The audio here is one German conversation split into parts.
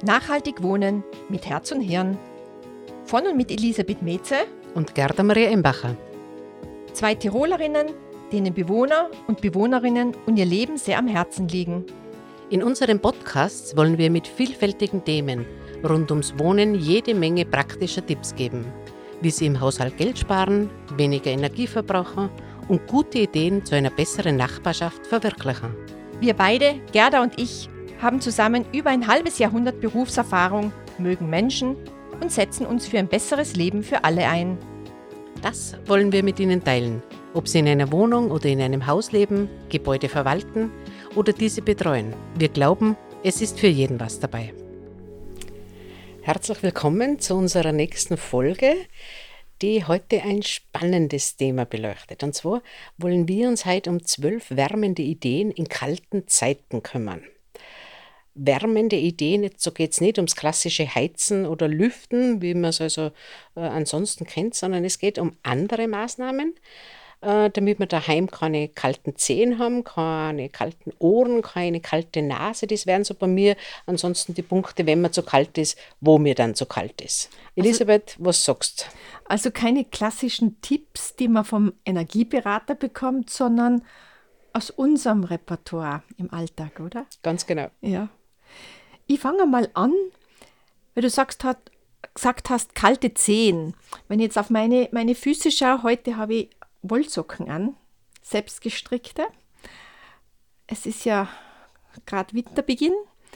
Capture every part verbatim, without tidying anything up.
Nachhaltig wohnen mit Herz und Hirn. Von und mit Elisabeth Meze und Gerda Maria Embacher. Zwei Tirolerinnen, denen Bewohner und Bewohnerinnen und ihr Leben sehr am Herzen liegen. In unseren Podcasts wollen wir mit vielfältigen Themen rund ums Wohnen jede Menge praktischer Tipps geben, wie Sie im Haushalt Geld sparen, weniger Energie verbrauchen und gute Ideen zu einer besseren Nachbarschaft verwirklichen. Wir beide, Gerda und ich, haben zusammen über ein halbes Jahrhundert Berufserfahrung, mögen Menschen und setzen uns für ein besseres Leben für alle ein. Das wollen wir mit Ihnen teilen, ob Sie in einer Wohnung oder in einem Haus leben, Gebäude verwalten oder diese betreuen. Wir glauben, es ist für jeden was dabei. Herzlich willkommen zu unserer nächsten Folge, die heute ein spannendes Thema beleuchtet. Und zwar wollen wir uns heute um zwölf wärmende Ideen in kalten Zeiten kümmern. Wärmende Ideen, jetzt so geht es nicht ums klassische Heizen oder Lüften, wie man es also äh, ansonsten kennt, sondern es geht um andere Maßnahmen, äh, damit wir daheim keine kalten Zehen haben, keine kalten Ohren, keine kalte Nase. Das wären so bei mir ansonsten die Punkte, wenn mir zu kalt ist, wo mir dann zu kalt ist. Elisabeth, also, was sagst du? Also keine klassischen Tipps, die man vom Energieberater bekommt, sondern aus unserem Repertoire im Alltag, oder? Ganz genau. Ja. Ich fange mal an, weil du sagst, hat, gesagt hast, kalte Zehen. Wenn ich jetzt auf meine, meine Füße schaue, heute habe ich Wollsocken an, selbstgestrickte. Es ist ja gerade Winterbeginn.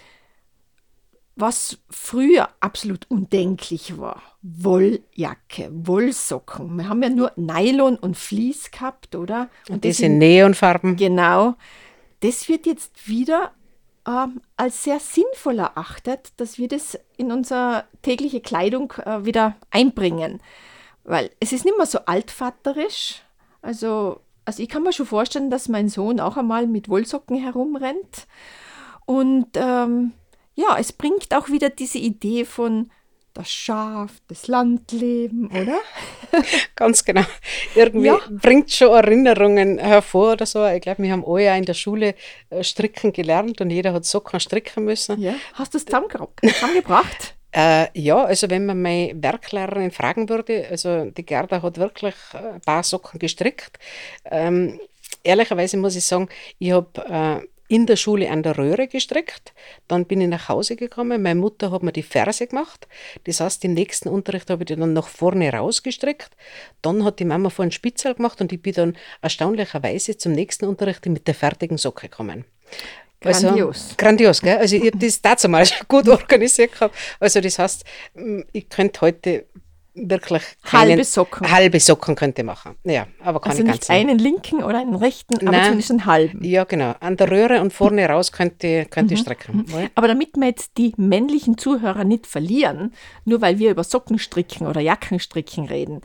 Was früher absolut undenklich war, Wolljacke, Wollsocken. Wir haben ja nur Nylon und Vlies gehabt, oder? Und, und das in Neonfarben. Genau. Das wird jetzt wieder ähm, als sehr sinnvoll erachtet, dass wir das in unsere tägliche Kleidung äh, wieder einbringen. Weil es ist nicht mehr so altvaterisch. Also, also ich kann mir schon vorstellen, dass mein Sohn auch einmal mit Wollsocken herumrennt. Und ähm, ja, es bringt auch wieder diese Idee von das Schaf, das Landleben, oder? Ganz genau. Irgendwie ja. Bringt schon Erinnerungen hervor oder so. Ich glaube, wir haben alle ja in der Schule stricken gelernt und jeder hat Socken stricken müssen. Ja. Hast du es zusammengebracht? äh, ja, also wenn man meine Werklehrerin fragen würde, also die Gerda hat wirklich ein paar Socken gestrickt. Ähm, ehrlicherweise muss ich sagen, ich habe äh, in der Schule an der Röhre gestrickt, dann bin ich nach Hause gekommen, meine Mutter hat mir die Ferse gemacht, das heißt, den nächsten Unterricht habe ich die dann nach vorne rausgestrickt, dann hat die Mama vorhin Spitzel gemacht und ich bin dann erstaunlicherweise zum nächsten Unterricht mit der fertigen Socke gekommen. Grandios. Also, grandios, gell? Also ich habe das dazu mal gut organisiert gehabt, also das heißt, ich könnte heute wirklich keinen, halbe Socken. Halbe Socken könnte machen. Ja, aber keine also nicht ganzen. einen linken oder einen rechten, aber Nein. zumindest einen halben. Ja, genau. An der Röhre und vorne raus könnte, könnte ich strecken. Mhm. Aber damit wir jetzt die männlichen Zuhörer nicht verlieren, nur weil wir über Sockenstricken oder Jackenstricken reden.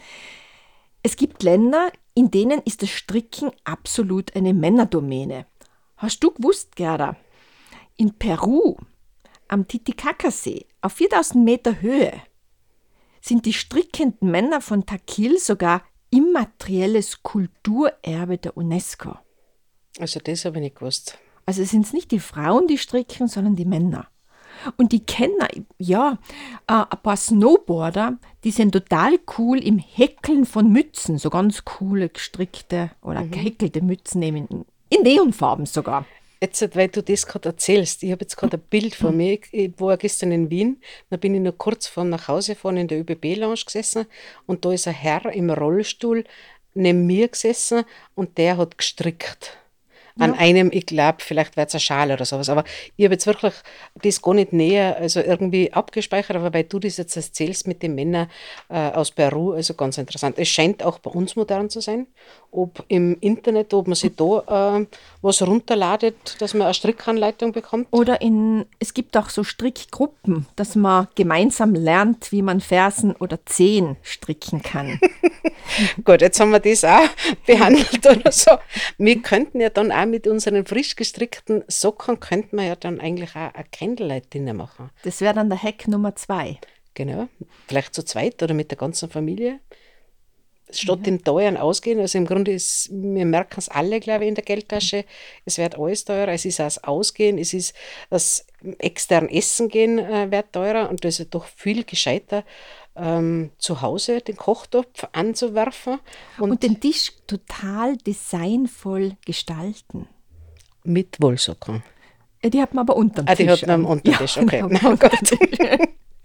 Es gibt Länder, in denen ist das Stricken absolut eine Männerdomäne. Hast du gewusst, Gerda? In Peru, am Titicacasee, auf viertausend Meter Höhe, sind die strickenden Männer von Taquil sogar immaterielles Kulturerbe der UNESCO. Also das habe ich nicht gewusst. Also sind es nicht die Frauen, die stricken, sondern die Männer. Und die kennen, ja, äh, ein paar Snowboarder, die sind total cool im Häkeln von Mützen, so ganz coole gestrickte oder mhm. gehäkelte Mützen nehmen, in Neonfarben sogar. Jetzt, weil du das gerade erzählst, ich habe jetzt gerade ein Bild vor mir. Ich war gestern in Wien, da bin ich noch kurz vor nach Hause gefahren, in der Ö B B-Lounge gesessen und da ist ein Herr im Rollstuhl neben mir gesessen und der hat gestrickt. An ja. einem, ich glaube, vielleicht wäre es ein Schal oder sowas, aber ich habe jetzt wirklich das gar nicht näher, also irgendwie abgespeichert, aber weil du das jetzt erzählst mit den Männern äh, aus Peru, also ganz interessant. Es scheint auch bei uns modern zu sein, ob im Internet, ob man sich da äh, was runterladet, dass man eine Strickanleitung bekommt. Oder in, es gibt auch so Strickgruppen, dass man gemeinsam lernt, wie man Fersen oder Zehen stricken kann. Gut, jetzt haben wir das auch behandelt oder so. Wir könnten ja dann auch mit unseren frisch gestrickten Socken, könnten wir ja dann eigentlich auch ein Candlelight-Dinner machen. Das wäre dann der Hack Nummer zwei. Genau, vielleicht zu zweit oder mit der ganzen Familie. Statt ja. dem teuren Ausgehen, also im Grunde ist, wir merken es alle, glaube ich, in der Geldtasche, es wird alles teurer, es ist auch das Ausgehen, es ist das extern essen gehen äh, wird teurer und das ist doch viel gescheiter, ähm, zu Hause den Kochtopf anzuwerfen Und und den Tisch total designvoll gestalten. mit Wollsocken. Ja, die hat man aber unterm Ah, die Tisch hat man am an. Untertisch, Ja, okay. genau, Na unterm gut. Tisch.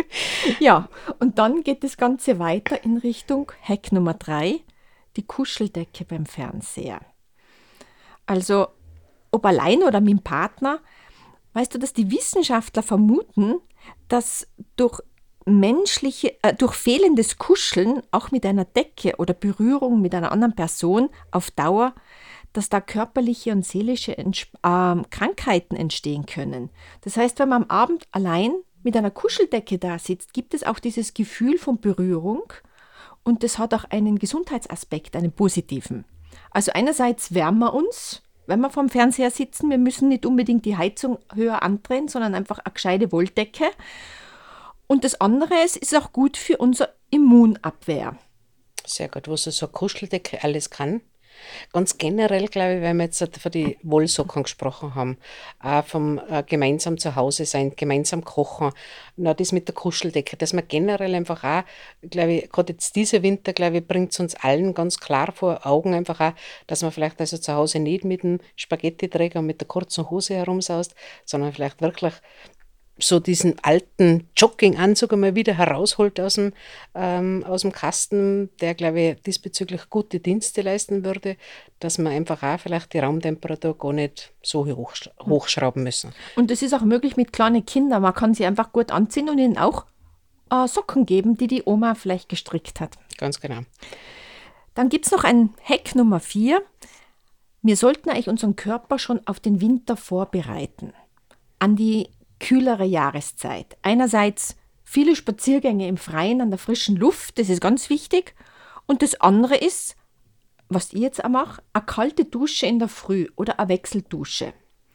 Ja, und dann geht das Ganze weiter in Richtung Hack Nummer drei, die Kuscheldecke beim Fernseher. Also, ob allein oder mit dem Partner, weißt du, dass die Wissenschaftler vermuten, dass durch menschliche, äh, durch fehlendes Kuscheln, auch mit einer Decke oder Berührung mit einer anderen Person auf Dauer, dass da körperliche und seelische Entsp äh, Krankheiten entstehen können. Das heißt, wenn man am Abend allein mit einer Kuscheldecke da sitzt, gibt es auch dieses Gefühl von Berührung und das hat auch einen Gesundheitsaspekt, einen positiven. Also einerseits wärmen wir uns, wenn wir vorm Fernseher sitzen. Wir müssen nicht unbedingt die Heizung höher andrehen, sondern einfach eine gescheite Wolldecke. Und das andere, es ist auch gut für unsere Immunabwehr. Sehr gut, was so eine Kuscheldecke alles kann. Ganz generell, glaube ich, weil wir jetzt halt von die Wollsocken gesprochen haben, auch vom äh, gemeinsam zu Hause sein, gemeinsam kochen, na, das mit der Kuscheldecke, dass man generell einfach auch, glaube ich, gerade jetzt dieser Winter, glaube ich, bringt es uns allen ganz klar vor Augen einfach auch, dass man vielleicht also zu Hause nicht mit dem Spaghetti-Träger und mit der kurzen Hose herumsaust, sondern vielleicht wirklich so diesen alten Jogginganzug einmal wieder herausholt aus dem, ähm, aus dem Kasten, der, glaube ich, diesbezüglich gute Dienste leisten würde, dass man einfach auch vielleicht die Raumtemperatur gar nicht so hochsch hochschrauben müssen. Und es ist auch möglich mit kleinen Kindern. Man kann sie einfach gut anziehen und ihnen auch äh, Socken geben, die die Oma vielleicht gestrickt hat. Ganz genau. Dann gibt es noch ein Hack Nummer vier. Wir sollten eigentlich unseren Körper schon auf den Winter vorbereiten. An die kühlere Jahreszeit. Einerseits viele Spaziergänge im Freien an der frischen Luft, das ist ganz wichtig. Und das andere ist, was ich jetzt auch mache, eine kalte Dusche in der Früh oder eine Wechseldusche.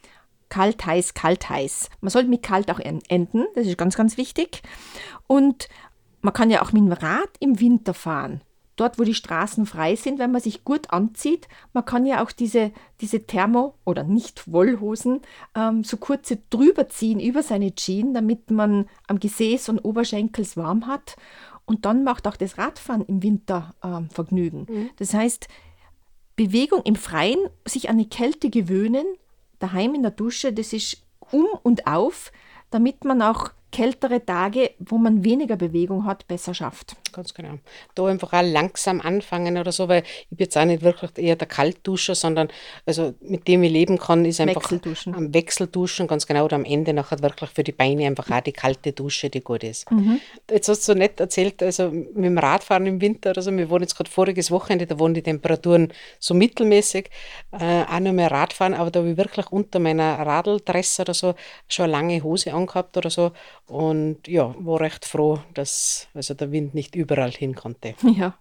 Kalt, heiß, kalt, heiß. Man sollte mit kalt auch enden, das ist ganz, ganz wichtig. Und man kann ja auch mit dem Rad im Winter fahren. Dort, wo die Straßen frei sind, wenn man sich gut anzieht. Man kann ja auch diese, diese Thermo- oder Nicht-Wollhosen ähm, so kurze drüber ziehen über seine Jeans, damit man am Gesäß und Oberschenkels warm hat. Und dann macht auch das Radfahren im Winter ähm, Vergnügen. Mhm. Das heißt, Bewegung im Freien, sich an die Kälte gewöhnen, daheim in der Dusche, das ist um und auf, damit man auch kältere Tage, wo man weniger Bewegung hat, besser schafft. Ganz genau. Da einfach auch langsam anfangen oder so, weil ich bin jetzt auch nicht wirklich eher der Kaltduscher, sondern also mit dem ich leben kann, ist einfach Wechselduschen. am Wechselduschen, ganz genau, oder am Ende nachher wirklich für die Beine einfach auch die kalte Dusche, die gut ist. Mhm. Jetzt hast du so nett erzählt, also mit dem Radfahren im Winter oder so, wir waren jetzt gerade voriges Wochenende, da waren die Temperaturen so mittelmäßig, äh, auch noch mehr Radfahren, aber da habe ich wirklich unter meiner Radldress oder so schon eine lange Hose angehabt oder so und ja, war recht froh, dass also der Wind nicht überall hin konnte. Ja.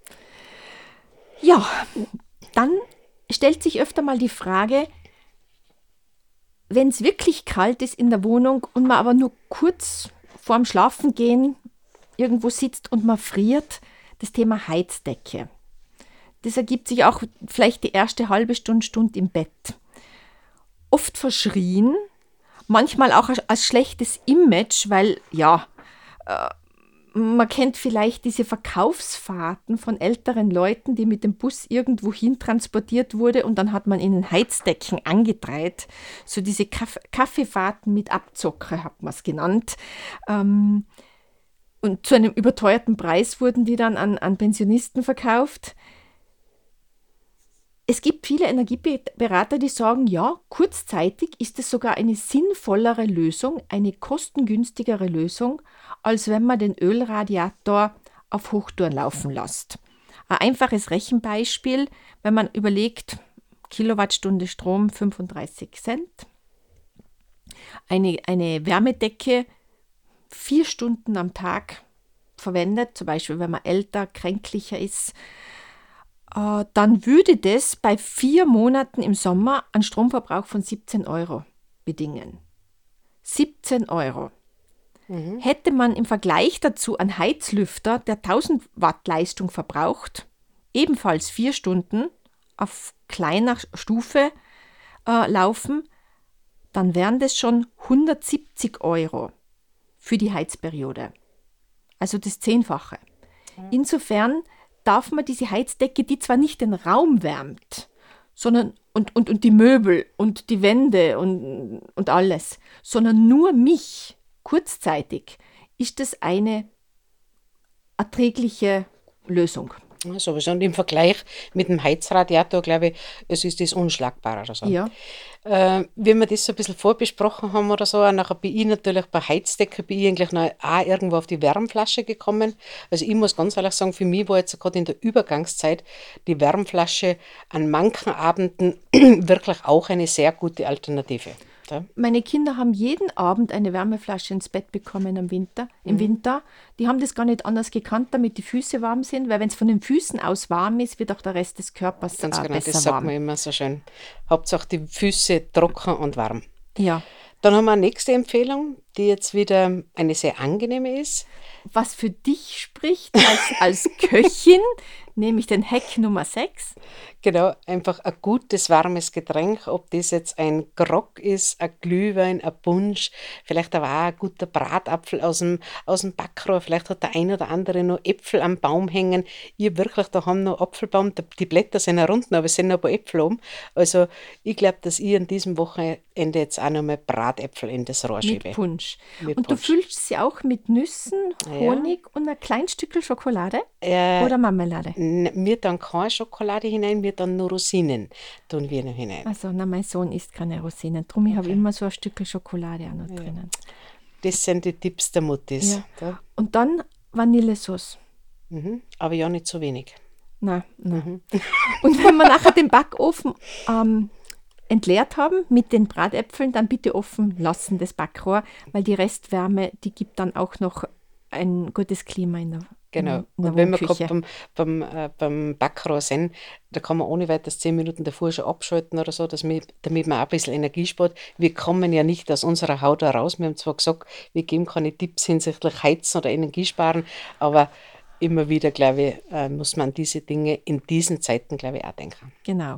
Ja, dann stellt sich öfter mal die Frage, wenn es wirklich kalt ist in der Wohnung und man aber nur kurz vorm Schlafengehen irgendwo sitzt und man friert, das Thema Heizdecke. Das ergibt sich auch vielleicht die erste halbe Stunde, Stunde im Bett. Oft verschrien, manchmal auch als schlechtes Image, weil ja, äh, man kennt vielleicht diese Verkaufsfahrten von älteren Leuten, die mit dem Bus irgendwo hin transportiert wurde und dann hat man ihnen Heizdecken angedreht. So diese Kaff- Kaffeefahrten mit Abzocker hat man es genannt. Ähm, und zu einem überteuerten Preis wurden die dann an, an Pensionisten verkauft. Es gibt viele Energieberater, die sagen, ja, kurzzeitig ist es sogar eine sinnvollere Lösung, eine kostengünstigere Lösung, als wenn man den Ölradiator auf Hochtouren laufen lässt. Ein einfaches Rechenbeispiel, wenn man überlegt, Kilowattstunde Strom fünfunddreißig Cent, eine, eine Wärmedecke vier Stunden am Tag verwendet, zum Beispiel wenn man älter, kränklicher ist, dann würde das bei vier Monaten im Sommer einen Stromverbrauch von siebzehn Euro bedingen. siebzehn Euro. Mhm. Hätte man im Vergleich dazu einen Heizlüfter, der tausend Watt Leistung verbraucht, ebenfalls vier Stunden auf kleiner Stufe äh, laufen, dann wären das schon hundertsiebzig Euro für die Heizperiode. Also das Zehnfache. Insofern darf man diese Heizdecke, die zwar nicht den Raum wärmt, sondern und, und, und die Möbel und die Wände und, und alles, sondern nur mich kurzzeitig, ist das eine erträgliche Lösung. Ja, sowieso. Und im Vergleich mit dem Heizradiator, glaube ich, es ist das unschlagbar oder so. Ja. Äh, wie wir das so ein bisschen vorbesprochen haben oder so, nachher bin ich natürlich bei Heizdecke, bin ich eigentlich noch auch irgendwo auf die Wärmflasche gekommen. Also ich muss ganz ehrlich sagen, für mich war jetzt gerade in der Übergangszeit die Wärmflasche an manchen Abenden wirklich auch eine sehr gute Alternative. Ja. Meine Kinder haben jeden Abend eine Wärmeflasche ins Bett bekommen im Winter. Im mhm. Winter. Die haben das gar nicht anders gekannt, damit die Füße warm sind, weil wenn es von den Füßen aus warm ist, wird auch der Rest des Körpers Ganz äh, genau, besser das sagt warm. man immer so schön. Hauptsache die Füße trocken und warm. Ja. Dann haben wir eine nächste Empfehlung, die jetzt wieder eine sehr angenehme ist. Was für dich spricht als, als Köchin, nämlich den Hack Nummer sechs. Genau, einfach ein gutes, warmes Getränk, ob das jetzt ein Grog ist, ein Glühwein, ein Punsch, vielleicht aber auch ein guter Bratapfel aus dem, aus dem Backrohr, vielleicht hat der ein oder andere noch Äpfel am Baum hängen. Ich wirklich, da haben noch Apfelbaum, die Blätter sind herunten, aber es sind noch ein paar Äpfel oben. Also ich glaube, dass ich an diesem Wochenende jetzt auch noch mal Bratäpfel in das Rohr schiebe. Mit Punsch. Mit Und Punsch. du füllst sie auch mit Nüssen, Honig ja. und ein kleines Stückchen Schokolade äh, oder Marmelade? N- mir dann keine Schokolade hinein, mir dann nur Rosinen tun wir noch hinein. Also, na, mein Sohn isst keine Rosinen, darum okay. habe ich immer so ein Stückchen Schokolade auch noch ja. drinnen. Das sind die Tipps der Muttis. Ja. Da. Und dann Vanillesauce. Mhm. Aber ja nicht so wenig. Nein, nein. Mhm. Und wenn wir nachher den Backofen ähm, entleert haben mit den Bratäpfeln, dann bitte offen lassen, das Backrohr, weil die Restwärme, die gibt dann auch noch ein gutes Klima in der Genau. In der und wenn wir Wohnküche. gerade beim, beim, äh, beim Backrohr sind, da kann man ohne weiteres zehn Minuten davor schon abschalten oder so, dass wir, damit man auch ein bisschen Energie spart. Wir kommen ja nicht aus unserer Haut heraus. Wir haben zwar gesagt, wir geben keine Tipps hinsichtlich Heizen oder Energiesparen, aber immer wieder, glaube ich, äh, muss man an diese Dinge in diesen Zeiten, glaube ich, auch denken. Genau.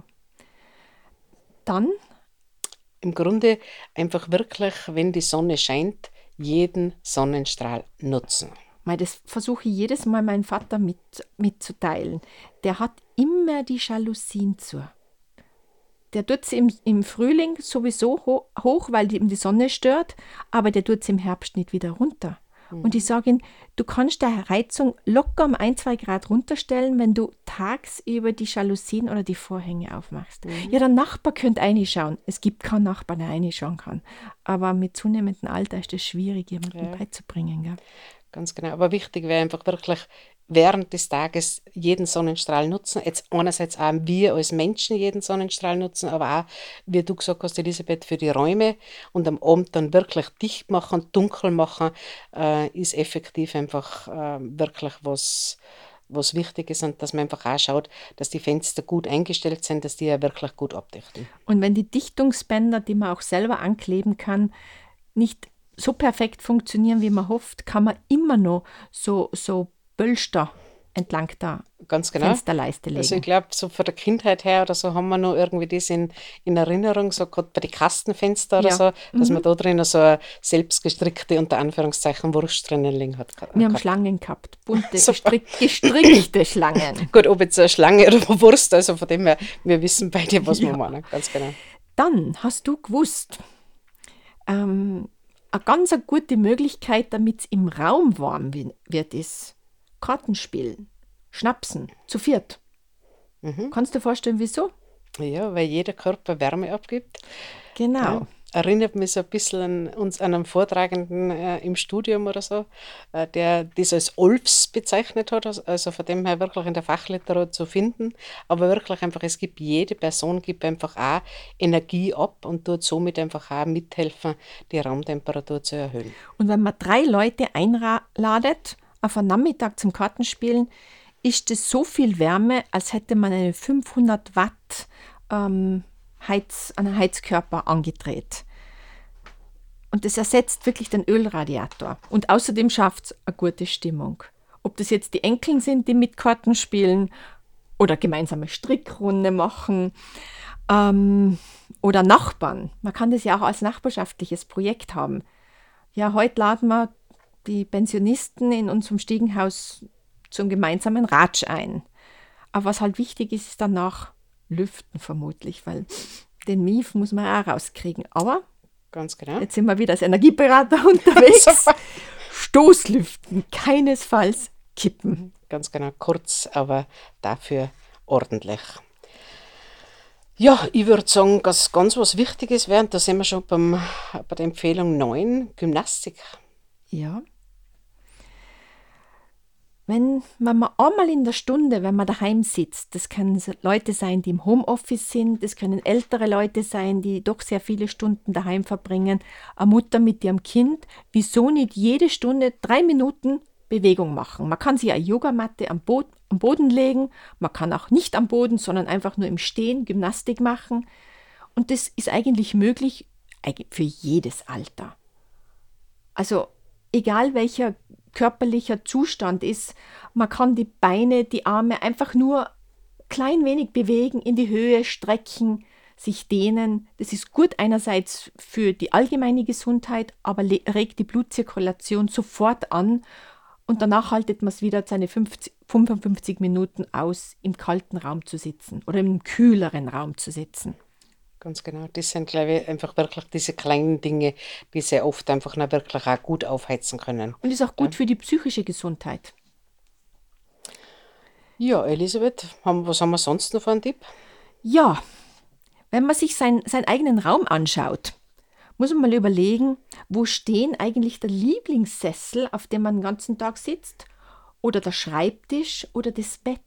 Dann? Im Grunde einfach wirklich, wenn die Sonne scheint, jeden Sonnenstrahl nutzen. Das versuche ich jedes Mal meinem Vater mit, mitzuteilen. Der hat immer die Jalousien zu. Der tut sie im, im Frühling sowieso ho- hoch, weil ihm die Sonne stört, aber der tut sie im Herbst nicht wieder runter. Mhm. Und ich sage ihm, du kannst die Heizung locker um ein, zwei Grad runterstellen, wenn du tagsüber die Jalousien oder die Vorhänge aufmachst. Mhm. Ja, der Nachbar könnte reinschauen. Es gibt keinen Nachbar, der reinschauen kann. Aber mit zunehmendem Alter ist es schwierig, jemanden ja. beizubringen. Gell? Ganz genau. Aber wichtig wäre einfach wirklich während des Tages jeden Sonnenstrahl nutzen. Jetzt einerseits auch wir als Menschen jeden Sonnenstrahl nutzen, aber auch, wie du gesagt hast, Elisabeth, für die Räume und am Abend dann wirklich dicht machen, dunkel machen, äh, ist effektiv einfach äh, wirklich was, was wichtig ist und dass man einfach auch schaut, dass die Fenster gut eingestellt sind, dass die ja wirklich gut abdichten. Und wenn die Dichtungsbänder, die man auch selber ankleben kann, nicht so perfekt funktionieren, wie man hofft, kann man immer noch so, so Bölster entlang der Ganz genau. Fensterleiste legen. Also ich glaube, so von der Kindheit her oder so haben wir noch irgendwie das in, in Erinnerung, so gerade bei den Kastenfenstern oder ja. so, dass mhm. man da drinnen so eine selbstgestrickte, unter Anführungszeichen, Wurst drinnen liegen hat. Wir haben Schlangen gehabt, bunte, gestrick, gestrickte Schlangen. Gut, ob jetzt eine Schlange oder eine Wurst, also von dem her, wir wissen beide, was ja. wir meinen, ganz genau. Dann hast du gewusst, ähm, eine ganz eine gute Möglichkeit, damit es im Raum warm wird, ist Kartenspielen, Schnapsen, zu viert. Mhm. Kannst du dir vorstellen, wieso? Ja, weil jeder Körper Wärme abgibt. Genau. Ja, erinnert mich so ein bisschen an uns, an einen Vortragenden äh, im Studium oder so, äh, der das als Olfs bezeichnet hat, also von dem her wirklich in der Fachliteratur zu finden, aber wirklich einfach, es gibt, jede Person gibt einfach auch Energie ab und tut somit einfach auch mithelfen, die Raumtemperatur zu erhöhen. Und wenn man drei Leute einladet, auf einen Nachmittag zum Kartenspielen, ist das so viel Wärme, als hätte man eine fünfhundert Watt ähm, Heiz, einen Heizkörper angedreht. Und das ersetzt wirklich den Ölradiator. Und außerdem schafft es eine gute Stimmung. Ob das jetzt die Enkeln sind, die mit Karten spielen oder gemeinsame Strickrunde machen ähm, Oder Nachbarn. Man kann das ja auch als nachbarschaftliches Projekt haben. Ja, heute laden wir die Pensionisten in unserem Stiegenhaus zum gemeinsamen Ratsch ein. Aber was halt wichtig ist, ist danach lüften vermutlich, weil den Mief muss man auch rauskriegen. Aber Ganz genau. jetzt sind wir wieder als Energieberater unterwegs. Stoßlüften, keinesfalls kippen. Ganz genau, kurz, aber dafür ordentlich. Ja, ich würde sagen, dass ganz was Wichtiges wäre, und da sind wir schon beim, bei der Empfehlung neun, Gymnastik. Ja. Wenn, wenn man einmal in der Stunde, wenn man daheim sitzt, das können so Leute sein, die im Homeoffice sind, das können ältere Leute sein, die doch sehr viele Stunden daheim verbringen, eine Mutter mit ihrem Kind, wieso nicht jede Stunde drei Minuten Bewegung machen? Man kann sich eine Yogamatte am, Bo- am Boden legen, man kann auch nicht am Boden, sondern einfach nur im Stehen Gymnastik machen. Und das ist eigentlich möglich eig- für jedes Alter. Also egal welcher körperlicher Zustand ist, man kann die Beine, die Arme einfach nur klein wenig bewegen, in die Höhe strecken, sich dehnen. Das ist gut einerseits für die allgemeine Gesundheit, aber le- regt die Blutzirkulation sofort an und danach haltet man es wieder seine fünfzig, fünfundfünfzig Minuten aus, im kalten Raum zu sitzen oder im kühleren Raum zu sitzen. Ganz genau. Das sind, glaube ich, einfach wirklich diese kleinen Dinge, die sehr oft einfach noch wirklich auch gut aufheizen können. Und ist auch gut für die psychische Gesundheit. Ja, Elisabeth, haben, was haben wir sonst noch für einen Tipp? Ja, wenn man sich sein, seinen eigenen Raum anschaut, muss man mal überlegen, wo stehen eigentlich der Lieblingssessel, auf dem man den ganzen Tag sitzt, oder der Schreibtisch oder das Bett.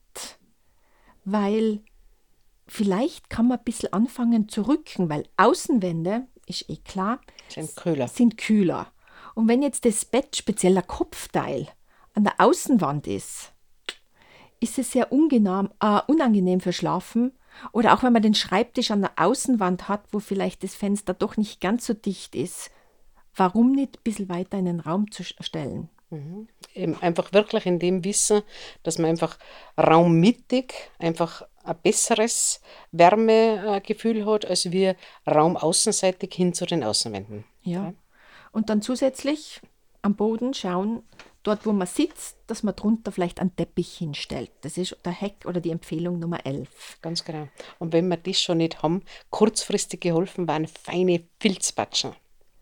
Weil vielleicht kann man ein bisschen anfangen zu rücken, weil Außenwände, ist eh klar, Sind kühler. sind kühler. Und wenn jetzt das Bett, speziell der Kopfteil, an der Außenwand ist, ist es sehr ungenehm, äh, unangenehm für Schlafen. Oder auch wenn man den Schreibtisch an der Außenwand hat, wo vielleicht das Fenster doch nicht ganz so dicht ist, warum nicht ein bisschen weiter in den Raum zu stellen? Eben einfach wirklich in dem Wissen, dass man einfach raummittig einfach ein besseres Wärmegefühl hat, als wir raumaußenseitig hin zu den Außenwänden. Ja. Und dann zusätzlich am Boden schauen, dort wo man sitzt, dass man drunter vielleicht einen Teppich hinstellt. Das ist der Hack oder die Empfehlung Nummer elf. Ganz genau. Und wenn wir das schon nicht haben, kurzfristig geholfen waren feine Filzpatschen.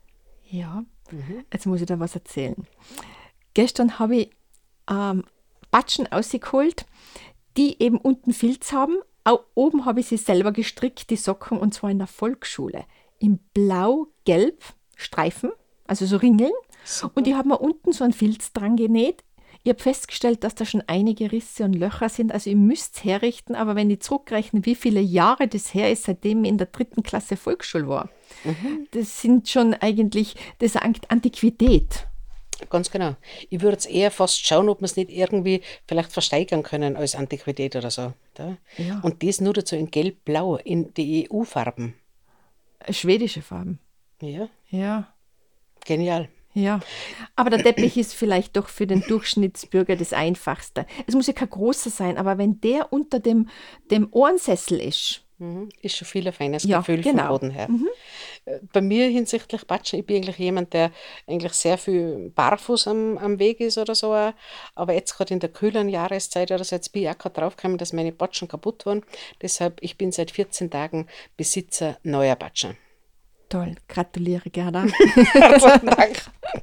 Ja, jetzt muss ich da was erzählen. Gestern habe ich ähm, Patschen ausgeholt, die eben unten Filz haben. Auch oben habe ich sie selber gestrickt, die Socken, und zwar in der Volksschule. In blau-gelb Streifen, also so Ringeln. Und ich habe mir unten so einen Filz dran genäht. Ich habe festgestellt, dass da schon einige Risse und Löcher sind. Also ihr müsst es herrichten, aber wenn ich zurückrechne, wie viele Jahre das her ist, seitdem ich in der dritten Klasse Volksschule war, das sind schon eigentlich, das ist Ant- Antiquität. Ganz genau. Ich würde jetzt eher fast schauen, ob wir es nicht irgendwie vielleicht versteigern können als Antiquität oder so. Da. Ja. Und das nur dazu in Gelb-Blau, in die E U-Farben. Schwedische Farben. Ja, Ja, genial. ja. Aber der Teppich ist vielleicht doch für den Durchschnittsbürger das Einfachste. Es muss ja kein großer sein, aber wenn der unter dem, dem Ohrensessel ist, Mhm. Ist schon viel ein feines Ja, Gefühl genau. vom Boden her. Äh, Bei mir hinsichtlich Patschen, ich bin eigentlich jemand, der eigentlich sehr viel barfuß am, am Weg ist oder so. auch. Aber jetzt gerade in der kühlen Jahreszeit oder so, jetzt bin ich auch gerade draufgekommen, dass meine Patschen kaputt waren. Deshalb, ich bin seit vierzehn Tagen Besitzer neuer Patschen. toll, gratuliere Gerda. Herzlichen Dank.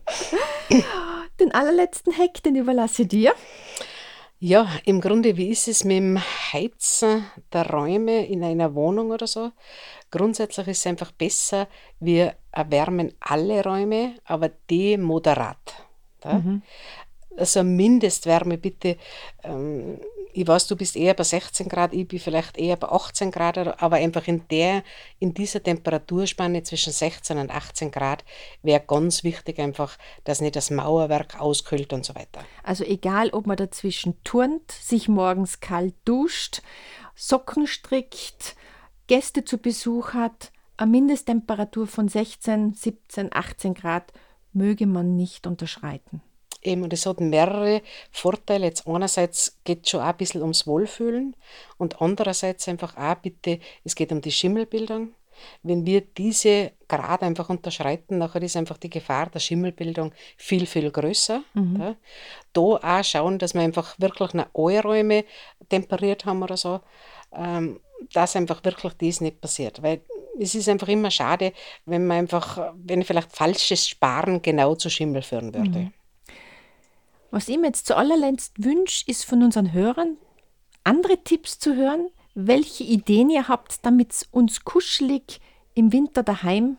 Den allerletzten Hack, den überlasse ich dir. Ja, im Grunde, wie ist es mit dem Heizen der Räume in einer Wohnung oder so? Grundsätzlich ist es einfach besser, wir erwärmen alle Räume, aber die moderat. Ja? Also Mindestwärme bitte, ähm, ich weiß, du bist eher bei sechzehn Grad, ich bin vielleicht eher bei achtzehn Grad, oder- aber einfach in der, in dieser Temperaturspanne zwischen sechzehn und achtzehn Grad wäre ganz wichtig einfach, dass nicht das Mauerwerk auskühlt und so weiter. Also egal, ob man dazwischen turnt, sich morgens kalt duscht, Socken strickt, Gäste zu Besuch hat, eine Mindesttemperatur von sechzehn, siebzehn, achtzehn Grad möge man nicht unterschreiten. Eben, und es hat mehrere Vorteile. Jetzt einerseits geht es schon auch ein bisschen ums Wohlfühlen und andererseits einfach auch bitte, es geht um die Schimmelbildung. Wenn wir diese Grad einfach unterschreiten, nachher ist einfach die Gefahr der Schimmelbildung viel, viel größer. Mhm. Ja. Da auch schauen, dass wir einfach wirklich noch alle Räume temperiert haben oder so, ähm, dass einfach wirklich dies nicht passiert. Weil es ist einfach immer schade, wenn man einfach, wenn vielleicht falsches Sparen genau zu Schimmel führen würde. Mhm. Was ich mir jetzt zu allerletzt wünsche, ist von unseren Hörern, andere Tipps zu hören, welche Ideen ihr habt, damit es uns kuschelig im Winter daheim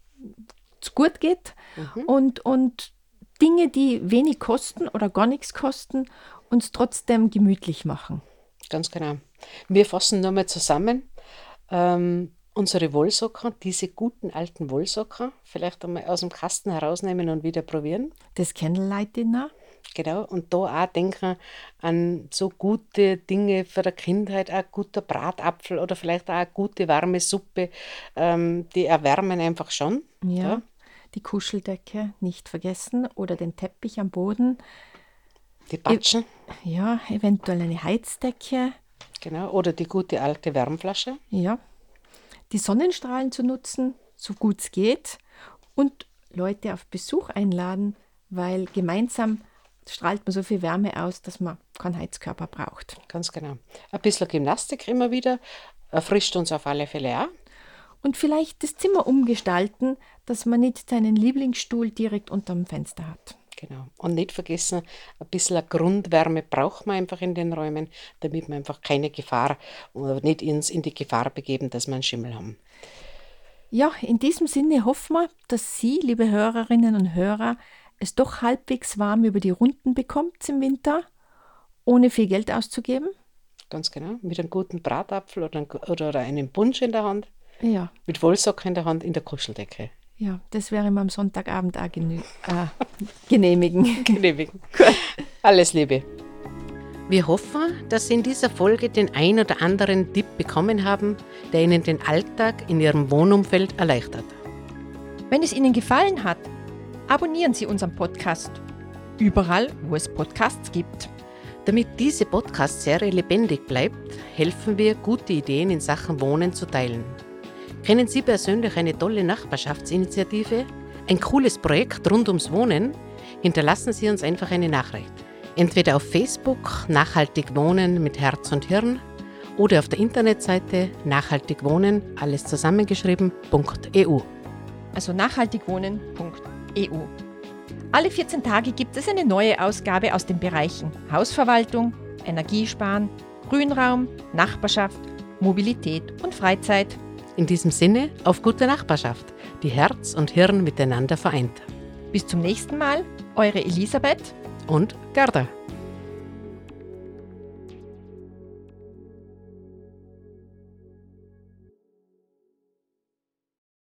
gut geht Mhm. und, und Dinge, die wenig kosten oder gar nichts kosten, uns trotzdem gemütlich machen. Ganz genau. Wir fassen nochmal zusammen. Ähm, unsere Wollsocken, diese guten alten Wollsocken, vielleicht einmal aus dem Kasten herausnehmen und wieder probieren. Das Candlelight Dinner. Genau, und da auch denken an so gute Dinge für die Kindheit, ein guter Bratapfel oder vielleicht auch eine gute warme Suppe, ähm, die erwärmen einfach schon. Ja, Ja. die Kuscheldecke nicht vergessen oder den Teppich am Boden. Die Batschen, Ja, eventuell eine Heizdecke. genau, oder die gute alte Wärmflasche. Ja, die Sonnenstrahlen zu nutzen, so gut es geht und Leute auf Besuch einladen, weil gemeinsam strahlt man so viel Wärme aus, dass man keinen Heizkörper braucht. Ganz genau. Ein bisschen Gymnastik immer wieder, erfrischt uns auf alle Fälle auch. Und vielleicht das Zimmer umgestalten, dass man nicht seinen Lieblingsstuhl direkt unterm Fenster hat. Genau. Und nicht vergessen, ein bisschen eine Grundwärme braucht man einfach in den Räumen, damit wir einfach keine Gefahr oder nicht uns in die Gefahr begeben, dass wir einen Schimmel haben. Ja, in diesem Sinne hoffen wir, dass Sie, liebe Hörerinnen und Hörer, es doch halbwegs warm über die Runden bekommt im Winter, ohne viel Geld auszugeben. Ganz genau. Mit einem guten Bratapfel oder, ein, oder einem Punsch in der Hand, Ja, mit Wollsocken in der Hand, in der Kuscheldecke. ja, das wäre mir am Sonntagabend auch genü- äh, genehmigen. Genehmigen. Alles Liebe. Wir hoffen, dass Sie in dieser Folge den ein oder anderen Tipp bekommen haben, der Ihnen den Alltag in Ihrem Wohnumfeld erleichtert. Wenn es Ihnen gefallen hat, abonnieren Sie unseren Podcast. Überall, wo es Podcasts gibt. Damit diese Podcast-Serie lebendig bleibt, helfen wir, gute Ideen in Sachen Wohnen zu teilen. Kennen Sie persönlich eine tolle Nachbarschaftsinitiative? Ein cooles Projekt rund ums Wohnen? Hinterlassen Sie uns einfach eine Nachricht. Entweder auf Facebook Nachhaltig Wohnen mit Herz und Hirn oder auf der Internetseite nachhaltig wohnen, alles zusammengeschrieben, .eu. Also nachhaltigwohnen punkt e u. Alle vierzehn Tage gibt es eine neue Ausgabe aus den Bereichen Hausverwaltung, Energiesparen, Grünraum, Nachbarschaft, Mobilität und Freizeit. In diesem Sinne, auf gute Nachbarschaft, die Herz und Hirn miteinander vereint. Bis zum nächsten Mal, eure Elisabeth Und Gerda.